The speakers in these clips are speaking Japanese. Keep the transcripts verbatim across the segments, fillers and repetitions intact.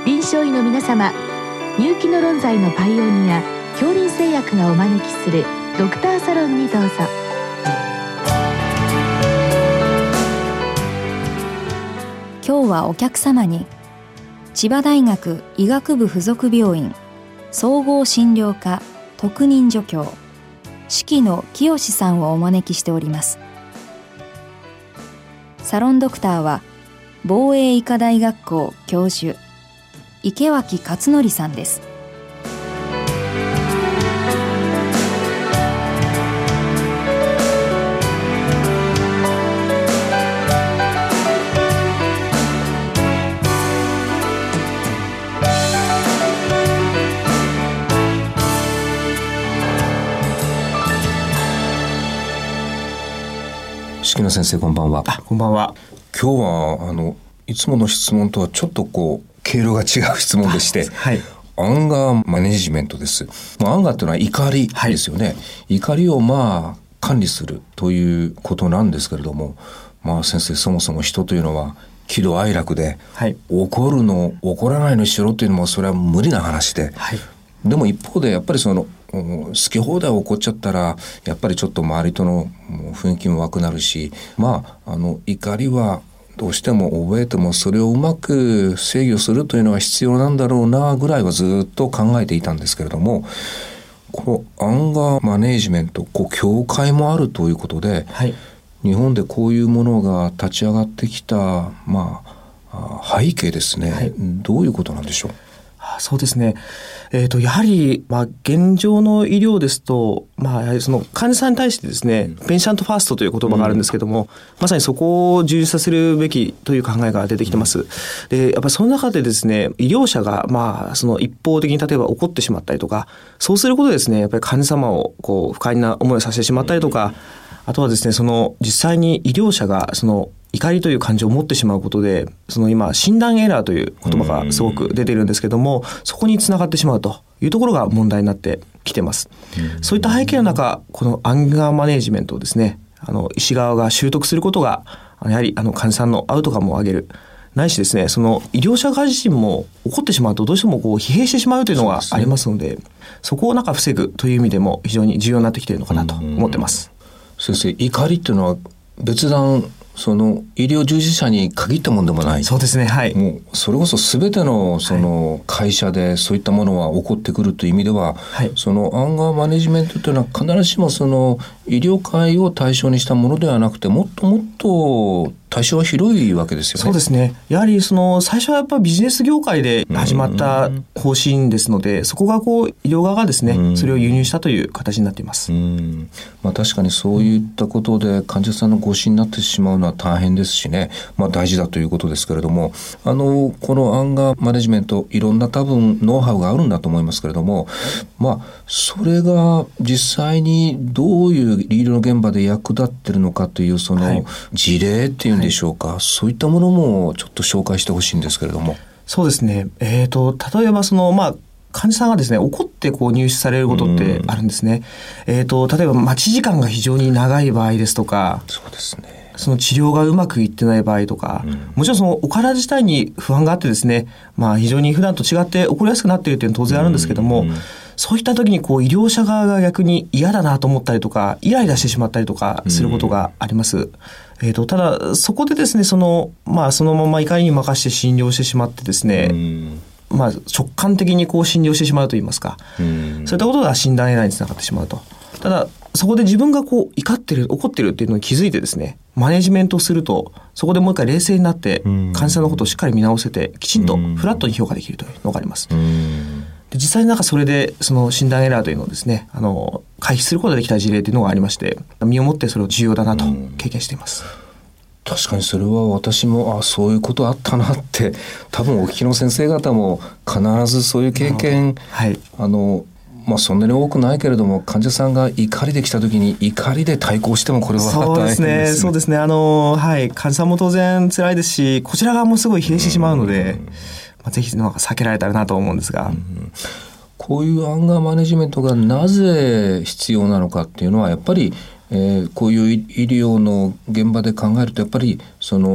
臨床医の皆様、入気の論剤のパイオニア恐林製薬がお招きするドクターサロンにどうぞ。 今日はお客様に千葉大学医学部附属病院総合診療科特任助教四野清さんをお招きしております。サロンドクターは防衛医科大学校教授池脇勝則さんです。 四野先生、こんばんは。 あ、こんばんは。 今日はあのいつもの質問とはちょっとこう経路が違う質問でして、はい、アンガーマネジメントです。アンガーというのは怒りですよね、はい、怒りをまあ管理するということなんですけれども、まあ先生、そもそも人というのは喜怒哀楽で、はい、怒るの怒らないのしろというのもそれは無理な話で、はい、でも一方でやっぱりその好き放題起こっちゃったらやっぱりちょっと周りとの雰囲気も悪くなるし、まああの怒りはどうしても覚えてもそれをうまく制御するというのは必要なんだろうなぐらいはずっと考えていたんですけれども、このアンガーマネージメント、こう協会もあるということで、はい、日本でこういうものが立ち上がってきた、まあ、背景ですね、はい、どういうことなんでしょう。 そうですね、えー、とやはり、まあ、現状の医療ですと、まあ、やはりその患者さんに対してですね、うん、ペイシャントファーストという言葉があるんですけども、うん、まさにそこを重視させるべきという考えが出てきてます。で、やっぱりその中でですね、医療者が、まあ、その一方的に例えば怒ってしまったりとか、そうすることでですね、やっぱり患者様をこう不快な思いをさせてしまったりとか、あとはですね、その実際に医療者がその怒りという感情を持ってしまうことで、その今診断エラーという言葉がすごく出ているんですけども、そこにつながってしまうというところが問題になってきてます。そういった背景の中、このアンガーマネージメントをですね、あの医師側が習得することがやはりあの患者さんのアウトカムを上げる、ないしですね、その医療者側自身も怒ってしまうとどうしてもこう疲弊してしまうというのがありますので、 そうですね、そこをなんか防ぐという意味でも非常に重要になってきているのかなと思ってます。 先生、怒りっていうのは別段その医療従事者に限ったものでもない。 そうですね、はい、 もうそれこそ全てのその会社でそういったものは起こってくるという意味では、はい、そのアンガーマネジメントというのは必ずしもその医療界を対象にしたものではなくて、もっともっと対象は広いわけですよね。 そうですね、やはりその最初はやっぱりビジネス業界で始まった方針ですので、そこがこう医療側がですね、それを輸入したという形になっています。 うん、まあ、確かにそういったことで患者さんの誤診になってしまうのは大変ですしね、まあ、大事だということですけれども、あのこのアンガーマネジメント、いろんな多分ノウハウがあるんだと思いますけれども、まあ、それが実際にどういう医療の現場で役立っているのかというその事例っていうんでしょうか、はい、そういったものもちょっと紹介してほしいんですけれども。 そうですね、えーと、例えばその、まあ、患者さんがですね、怒ってこう入手されることってあるんですね。えーと、例えば待ち時間が非常に長い場合ですとか、 そうですね、 その治療がうまくいってない場合とか、うん、もちろんそのお体自体に不安があってですね、まあ、非常に普段と違って起こりやすくなっているというのは当然あるんですけども、うんうん、そういった時にこう医療者側が逆に嫌だなと思ったりとか、イライラしてしまったりとかすることがあります。うん、えーと、ただそこでですね、その、まあ、そのまま怒りに任せて診療してしまってですね、うん、まあ、直感的にこう診療してしまうといいますか、うん、そういったことが診断エラーにつながってしまうと。ただそこで自分がこう怒ってる怒ってるっていうのに気づいてですね、マネジメントをすると、そこでもう一回冷静になって患者さんのことをしっかり見直せて、きちんとフラットに評価できるというのがあります。うん、で実際になんかそれでその診断エラーというのをですね、あの回避することができた事例というのがありまして、身をもってそれを重要だなと経験しています。 確かにそれは私もあそういうことあったなって、多分お聞きの先生方も必ずそういう経験、はい、あのまあ、そんなに多くないけれども、患者さんが怒りできた時に怒りで対抗してもこれは大変ですね。 そうですね、そうですね、あの、はい、患者さんも当然辛いですし、こちら側もすごい疲弊してしまうので、まあ、ぜひなんか避けられたらなと思うんですが、うん、 こういうアンガーマネジメントがなぜ必要なのかっていうのは、やっぱり、えー、こういう医療の現場で考えると、やっぱりその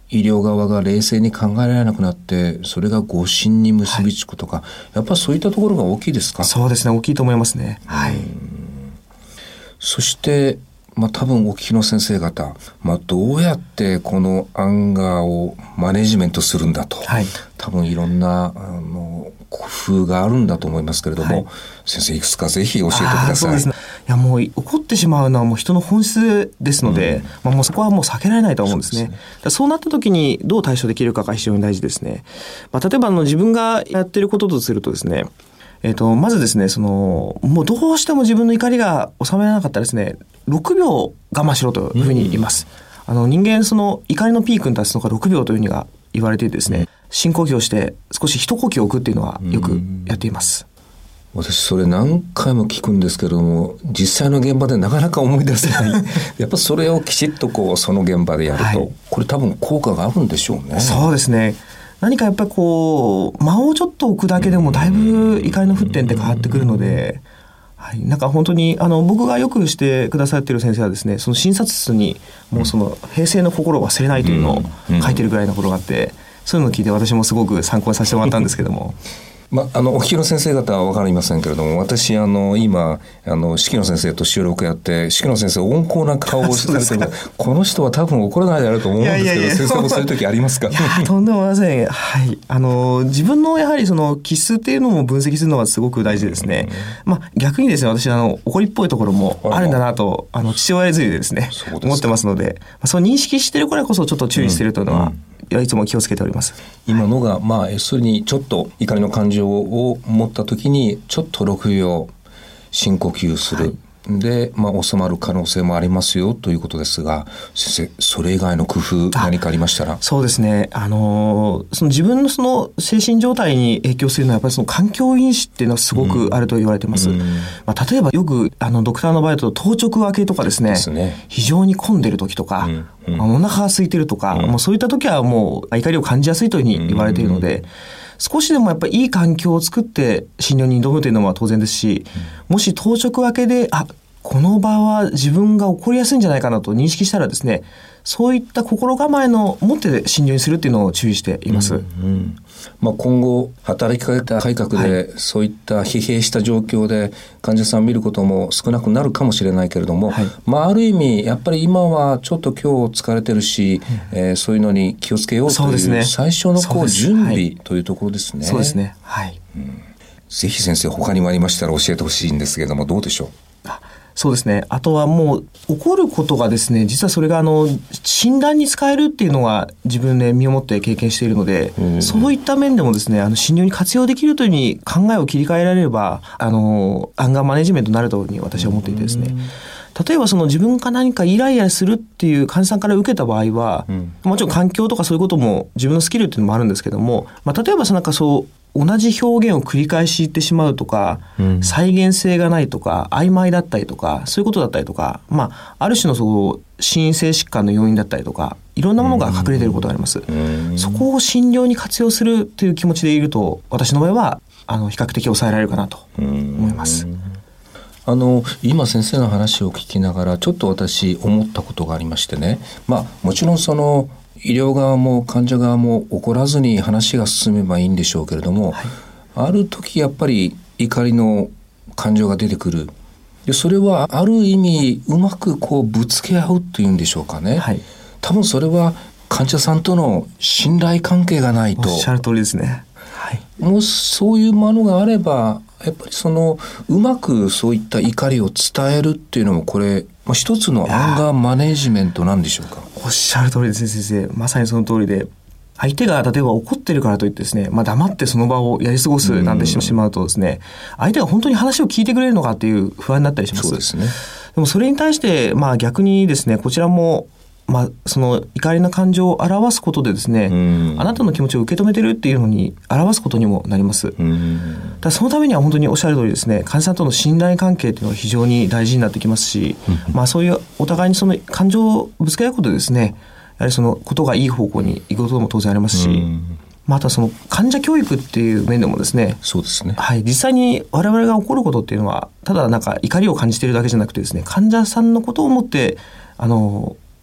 医療側が冷静に考えられなくなってそれが誤診に結びつくとか、はい、やっぱりそういったところが大きいですか？ そうですね、大きいと思いますね。はい。 そして、まあ、多分お聞きの先生方、まあ、どうやってこのアンガーをマネジメントするんだと、はい、多分いろんなあの工夫があるんだと思いますけれども、はい、先生いくつかぜひ教えてください。 そうですね、いやもう起こってしまうのはもう人の本質ですので、うんまあ、もうそこはもう避けられないと思うんですね。そうですね。そうなった時にどう対処できるかが非常に大事ですね。まあ、例えばあの自分がやっていることとするとですね、えー、とまずですね、そのもうどうしても自分の怒りが収められなかったらですね、ろくびょう我慢しろというふうに言います。うん、あの人間その怒りのピークに達すのがろくびょうというふうにが言われていてですね、うん、深呼吸をして少し一呼吸を置くっていうのはよくやっています。 うん、私それ何回も聞くんですけれども、実際の現場でなかなか思い出せないやっぱそれをきちっとこうその現場でやると、はい、これ多分効果があるんでしょうね。 そうですね。何かやっぱりこう間をちょっと置くだけでもだいぶ怒りの沸点って変わってくるので、はい、なんか本当にあの僕がよくしてくださっている先生はですね、その診察室にもうその平成の心を忘れないというのを書いてるぐらいのことがあって、そういうのを聞いて私もすごく参考にさせてもらったんですけどもまあ、あのお聞きの先生方は分かりませんけれども、私あの今あの四季野先生と収録やって四季野先生温厚な顔をされてるこの人は多分怒らないだろうと思うんですけど、いやいやいや先生もそういう時ありますか？ いやとんでもありません。はい、あの自分のやはりその気質っていうのも分析するのがすごく大事ですね。まあ、逆にですね、私あの怒りっぽいところもあるんだなとあの父親譲りでですね思ってますので、まあ、そう認識してるからこそちょっと注意しているというのは、うんうんいつも気をつけております。 今のが、まあ、それにちょっと怒りの感情を持った時にちょっとろくびょう深呼吸する、はいで、まあ、収まる可能性もありますよということですが、先生それ以外の工夫何かありましたら？ そうですね、あのその自分のその精神状態に影響するのはやっぱりその環境因子っていうのはすごくあると言われています。うんまあ、例えばよくあのドクターの場合だと当直明けとかですね、ですね非常に混んでる時とか、うんうん、お腹が空いてるとか、うん、もうそういった時はもう怒りを感じやすいというふうに言われているので、うん少しでもやっぱりいい環境を作って診療に挑むというのは当然ですし、うん、もし当直明けであこの場は自分が起こりやすいんじゃないかなと認識したらですね、そういった心構えの持って診療にするっていうのを注意しています。うんうんまあ、今後働き方改革でそういった疲弊した状況で患者さんを見ることも少なくなるかもしれないけれども、はいまあ、ある意味やっぱり今はちょっと今日疲れてるし、うんえー、そういうのに気をつけようという最初のこう準備というところですね。 そうですね、はいうん、 ぜひ先生他にもありましたら教えてほしいんですけれどもどうでしょう？ あそうですね。あとはもう起こることがですね、実はそれがあの診断に使えるっていうのは自分で身をもって経験しているので、うん、そういった面でもですね、あの診療に活用できるというふうに考えを切り替えられれば、あのアンガーマネジメントになるというふうに私は思っていてですね。うん例えばその自分が何かイライラするっていう患者さんから受けた場合は、うん、もちろん環境とかそういうことも自分のスキルっていうのもあるんですけども、まあ、例えばそのなんかそう同じ表現を繰り返し言ってしまうとか、うん、再現性がないとか曖昧だったりとかそういうことだったりとか、まあ、ある種のそう心性疾患の要因だったりとかいろんなものが隠れていることがあります。うん、そこを診療に活用するという気持ちでいると私の場合はあの比較的抑えられるかなと思います。うんあの今先生の話を聞きながらちょっと私思ったことがありましてね、まあ、もちろんその医療側も患者側も怒らずに話が進めばいいんでしょうけれども、はい、ある時やっぱり怒りの感情が出てくるでそれはある意味うまくこうぶつけ合うというんでしょうかね、はい、多分それは患者さんとの信頼関係がないとおっしゃる通りですね、 はい、もうそういうものがあればやっぱりそのうまくそういった怒りを伝えるっていうのもこれ、まあ、一つのアンガーマネジメントなんでしょうか？ おっしゃる通りですね先生、まさにその通りで相手が例えば怒ってるからといってですね、まあ、黙ってその場をやり過ごすなんてしてしまうとですね、相手が本当に話を聞いてくれるのかっていう不安になったりします。 そうですね。 でもそれに対してまあ逆にですねこちらもまあ、その怒りの感情を表すことでですね、あなたの気持ちを受け止めてるっていうのに表すことにもなります。だそのためには本当におっしゃる通りですね、患者さんとの信頼関係っていうのが非常に大事になってきますし、まあ、そういうお互いにその感情をぶつけ合うことでですね、やはりそのことがいい方向に行くことも当然ありますし、またその患者教育っていう面でもですね、 そうですね、 はい、実際に我々が起こることっていうのはただなんか怒りを感じているだけじゃなくてですね、患者さんのことを思ってあの起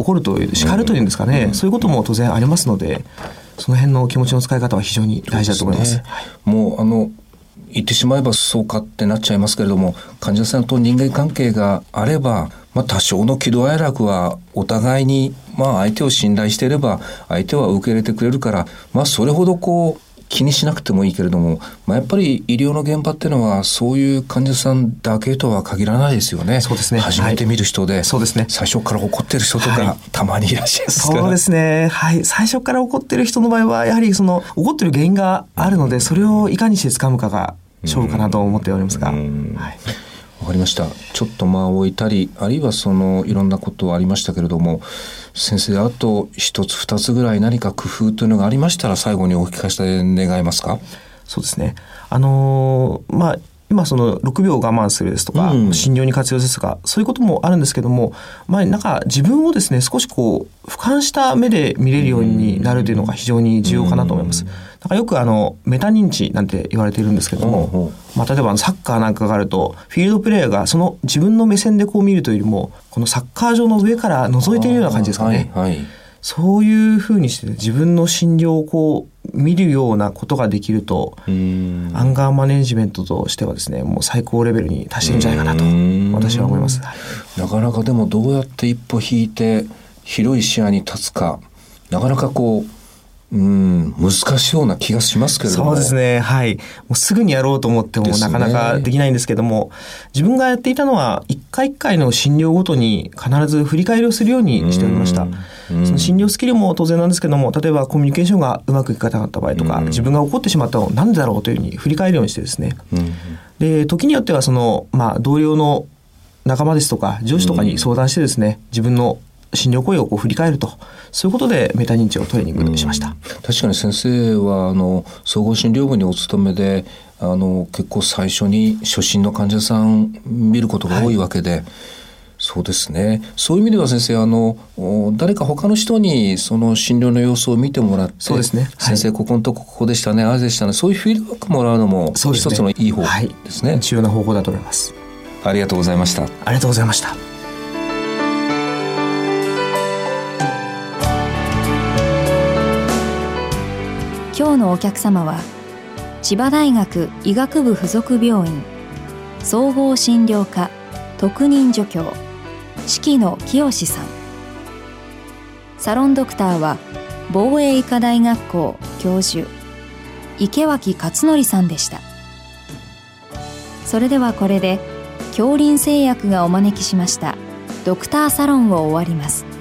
起こるという叱るというんですかね、うん、そういうことも当然ありますので、その辺の気持ちの使い方は非常に大事だと思います。 そうですね。もうあの言ってしまえばそうかってなっちゃいますけれども、患者さんと人間関係があれば、まあ、多少の喜怒哀楽はお互いに、まあ、相手を信頼していれば相手は受け入れてくれるから、まあ、それほどこう気にしなくてもいいけれども、まあ、やっぱり医療の現場っていうのはそういう患者さんだけとは限らないですよね。 そうですね。 初めて見る人で、はい、そうですね、最初から怒ってる人とか、はい、たまにいらっしゃいますから。 そうですね、はい、最初から怒ってる人の場合はやはりその怒ってる原因があるので、それをいかにして掴むかが勝負かなと思っておりますが、はい、 わかりました。ちょっと間を置いたり、あるいはそのいろんなことはありましたけれども、先生、あと一つ二つぐらい何か工夫というのがありましたら最後にお聞かせ願えますか。 そうですね、あのー、まあ今そのろくびょう我慢するですとか、うん、診療に活用ですとか、そういうこともあるんですけども、まあ、なんか自分をですね少しこう俯瞰した目で見れるようになるというのが非常に重要かなと思います。なんかよくあのメタ認知なんて言われているんですけども、うんうん、まあ、例えばサッカーなんかがあるとフィールドプレーヤーがその自分の目線でこう見るというよりも、このサッカー場の上から覗いているような感じですかね。はいはい、そういうふうにして、ね、自分の診療をこう見るようなことができると、アンガーマネジメントとしてはですね、もう最高レベルに達してるんじゃないかなと私は思います。 なかなかでもどうやって一歩引いて広い視野に立つか、なかなかこううん難しいような気がしますけれども。 そうですね、はい、もうすぐにやろうと思ってもなかなかできないんですけども、自分がやっていたのは一回一回の診療ごとに必ず振り返りをするようにしておりました。その診療スキルも当然なんですけども、例えばコミュニケーションがうまくいかなかった場合とか、自分が怒ってしまったのは何でだろうというふうに振り返るようにしてですね、で時によってはその、まあ、同僚の仲間ですとか上司とかに相談してですね、自分の診療行為をこう振り返ると、そういうことでメタ認知をトレーニングしました。 確かに先生はあの総合診療部にお勤めで、あの結構最初に初診の患者さん見ることが多いわけで、はい、そうですね、そういう意味では先生、あの誰か他の人にその診療の様子を見てもらって、 そうですね、はい、 先生ここのとこここでしたね、ああでしたね、そういうフィードバックもらうのも一つのいい方法ですね。 はい、重要な方法だと思います。 ありがとうございました。 ありがとうございました。 今日のお客様は千葉大学医学部附属病院総合診療科特任助教敷野清さん。サロンドクターは防衛医科大学校教授池脇勝則さんでした。それではこれで京林製薬がお招きしましたドクターサロンを終わります。